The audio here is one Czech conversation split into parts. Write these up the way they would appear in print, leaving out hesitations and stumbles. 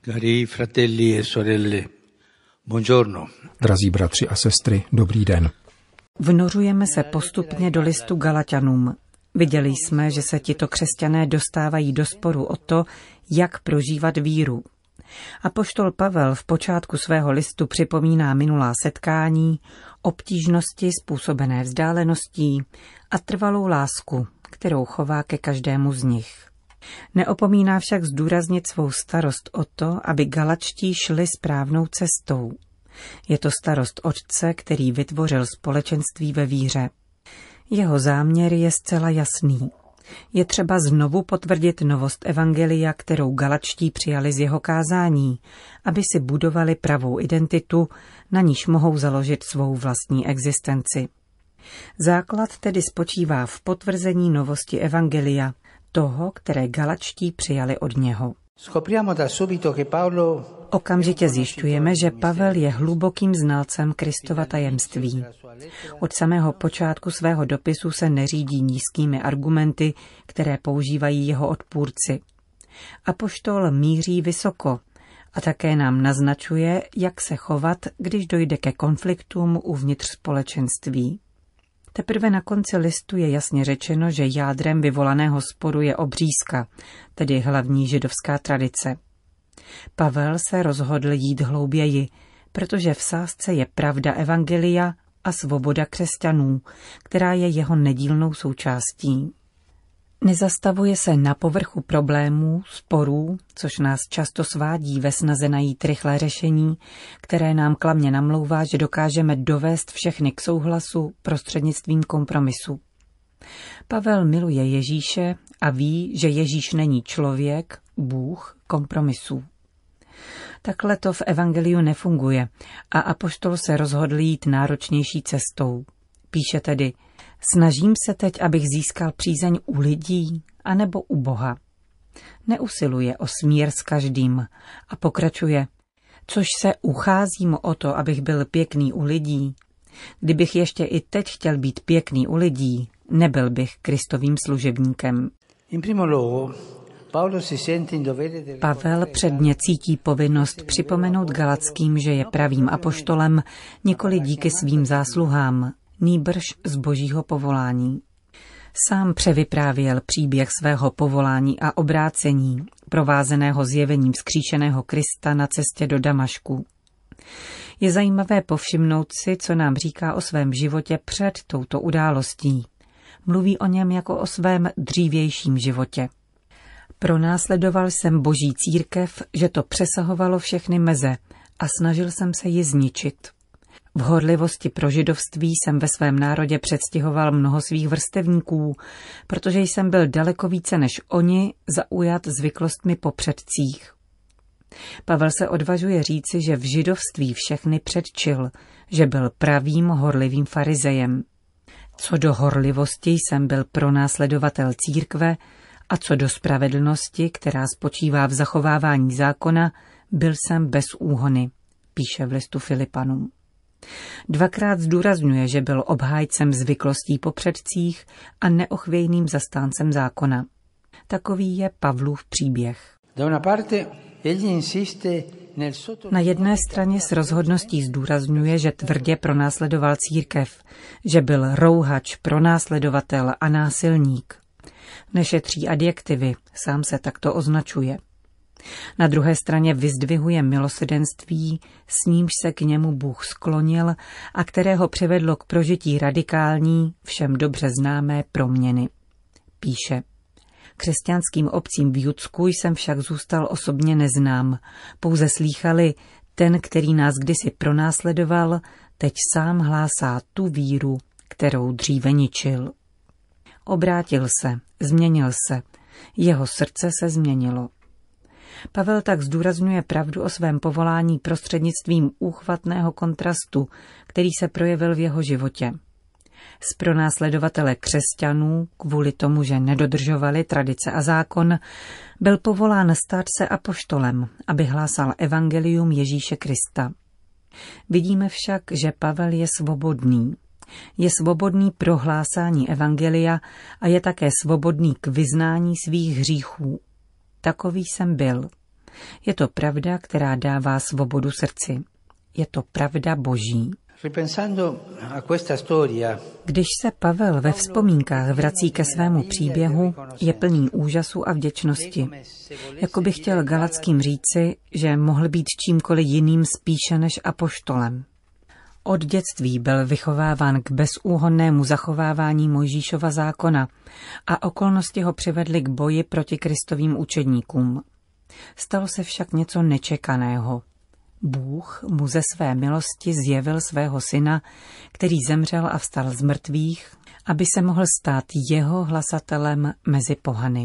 Cari fratelli e sorelle, buongiorno. Drazí bratři a sestry, dobrý den. Vnořujeme se postupně do listu Galaťanům. Viděli jsme, že se tito křesťané dostávají do sporu o to, jak prožívat víru. Apoštol Pavel v počátku svého listu připomíná minulá setkání, obtížnosti způsobené vzdáleností a trvalou lásku, kterou chová ke každému z nich. Neopomíná však zdůraznit svou starost o to, aby Galačtí šli správnou cestou. Je to starost Otce, který vytvořil společenství ve víře. Jeho záměr je zcela jasný. Je třeba znovu potvrdit novost evangelia, kterou Galačtí přijali z jeho kázání, aby si budovali pravou identitu, na níž mohou založit svou vlastní existenci. Základ tedy spočívá v potvrzení novosti evangelia, toho, které Galačtí přijali od něho. Okamžitě zjišťujeme, že Pavel je hlubokým znalcem Kristova tajemství. Od samého počátku svého dopisu se neřídí nízkými argumenty, které používají jeho odpůrci. Apoštol míří vysoko a také nám naznačuje, jak se chovat, když dojde ke konfliktům uvnitř společenství. Teprve na konci listu je jasně řečeno, že jádrem vyvolaného sporu je obřízka, tedy hlavní židovská tradice. Pavel se rozhodl jít hlouběji, protože v sázce je pravda evangelia a svoboda křesťanů, která je jeho nedílnou součástí. Nezastavuje se na povrchu problémů, sporů, což nás často svádí ve snaze najít rychlé řešení, které nám klamně namlouvá, že dokážeme dovést všechny k souhlasu prostřednictvím kompromisu. Pavel miluje Ježíše a ví, že Ježíš není člověk, Bůh kompromisů. Takhle to v evangeliu nefunguje a apoštol se rozhodl jít náročnější cestou. Píše tedy: snažím se teď, abych získal přízeň u lidí, anebo u Boha. Neusiluje o smír s každým a pokračuje: což se ucházím o to, abych byl pěkný u lidí. Kdybych ještě i teď chtěl být pěkný u lidí, nebyl bych Kristovým služebníkem. Pavel předně cítí povinnost připomenout Galackým, že je pravým apoštolem nikoli díky svým zásluhám, nýbrž z božího povolání. Sám převyprávěl příběh svého povolání a obrácení, provázeného zjevením vzkříšeného Krista na cestě do Damašku. Je zajímavé povšimnout si, co nám říká o svém životě před touto událostí. Mluví o něm jako o svém dřívějším životě. Pronásledoval jsem boží církev, že to přesahovalo všechny meze a snažil jsem se ji zničit. V horlivosti pro židovství jsem ve svém národě předstihoval mnoho svých vrstevníků, protože jsem byl daleko více než oni zaujat zvyklostmi po předcích. Pavel se odvažuje říci, že v židovství všechny předčil, že byl pravým horlivým farizejem. Co do horlivosti jsem byl pronásledovatel církve a co do spravedlnosti, která spočívá v zachovávání zákona, byl jsem bez úhony, píše v listu Filipanům. Dvakrát zdůrazňuje, že byl obhájcem zvyklostí po předcích a neochvějným zastáncem zákona. Takový je Pavlův příběh. Na jedné straně s rozhodností zdůrazňuje, že tvrdě pronásledoval církev, že byl rouhač, pronásledovatel a násilník. Nešetří adjektivy, sám se takto označuje. Na druhé straně vyzdvihuje milosrdenství, s nímž se k němu Bůh sklonil a kterého přivedlo k prožití radikální, všem dobře známé proměny. Píše: křesťanským obcím v Judsku jsem však zůstal osobně neznám, pouze slýchali, ten, který nás kdysi pronásledoval, teď sám hlásá tu víru, kterou dříve ničil. Obrátil se, změnil se, jeho srdce se změnilo. Pavel tak zdůrazňuje pravdu o svém povolání prostřednictvím úchvatného kontrastu, který se projevil v jeho životě. Z pronásledovatele křesťanů, kvůli tomu, že nedodržovali tradice a zákon, byl povolán stát se apoštolem, aby hlásal evangelium Ježíše Krista. Vidíme však, že Pavel je svobodný. Je svobodný pro hlásání evangelia a je také svobodný k vyznání svých hříchů. Takový jsem byl. Je to pravda, která dává svobodu srdci. Je to pravda Boží. Když se Pavel ve vzpomínkách vrací ke svému příběhu, je plný úžasu a vděčnosti. Jako by chtěl Galackým říci, že mohl být čímkoliv jiným spíše než apoštolem. Od dětství byl vychováván k bezúhonnému zachovávání Mojžíšova zákona a okolnosti ho přivedly k boji proti Kristovým učedníkům. Stalo se však něco nečekaného. Bůh mu ze své milosti zjevil svého syna, který zemřel a vstal z mrtvých, aby se mohl stát jeho hlasatelem mezi pohany.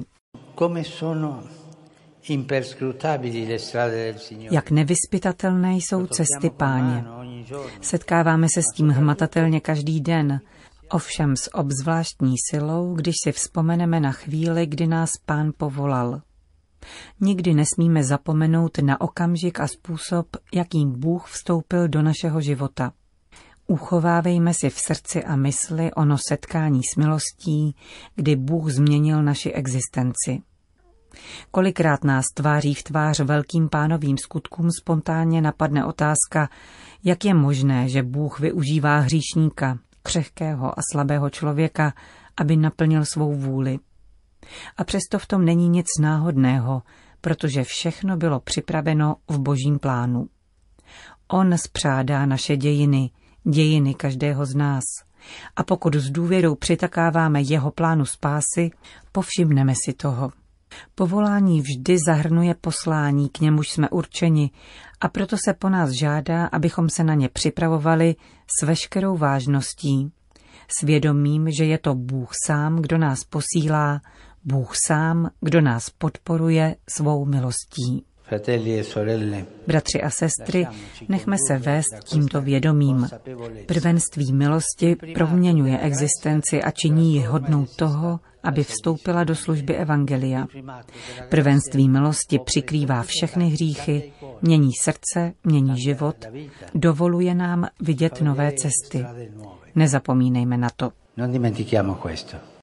Jak nevyzpytatelné jsou cesty Páně. Setkáváme se s tím hmatatelně každý den, ovšem s obzvláštní silou, když si vzpomeneme na chvíli, kdy nás Pán povolal. Nikdy nesmíme zapomenout na okamžik a způsob, jakým Bůh vstoupil do našeho života. Uchovávejme si v srdci a mysli ono setkání s milostí, kdy Bůh změnil naši existenci. Kolikrát nás tváří v tvář velkým Pánovým skutkům spontánně napadne otázka, jak je možné, že Bůh využívá hříšníka, křehkého a slabého člověka, aby naplnil svou vůli. A přesto v tom není nic náhodného, protože všechno bylo připraveno v Božím plánu. On spřádá naše dějiny každého z nás. A pokud s důvěrou přitakáváme jeho plánu spásy, povšimneme si toho. Povolání vždy zahrnuje poslání, k němuž jsme určeni, a proto se po nás žádá, abychom se na ně připravovali s veškerou vážností, s vědomím, že je to Bůh sám, kdo nás posílá, Bůh sám, kdo nás podporuje svou milostí. Bratři a sestry, nechme se vést tímto vědomím. Prvenství milosti proměňuje existenci a činí ji hodnou toho, aby vstoupila do služby evangelia. Prvenství milosti přikrývá všechny hříchy, mění srdce, mění život, dovoluje nám vidět nové cesty. Nezapomínejme na to.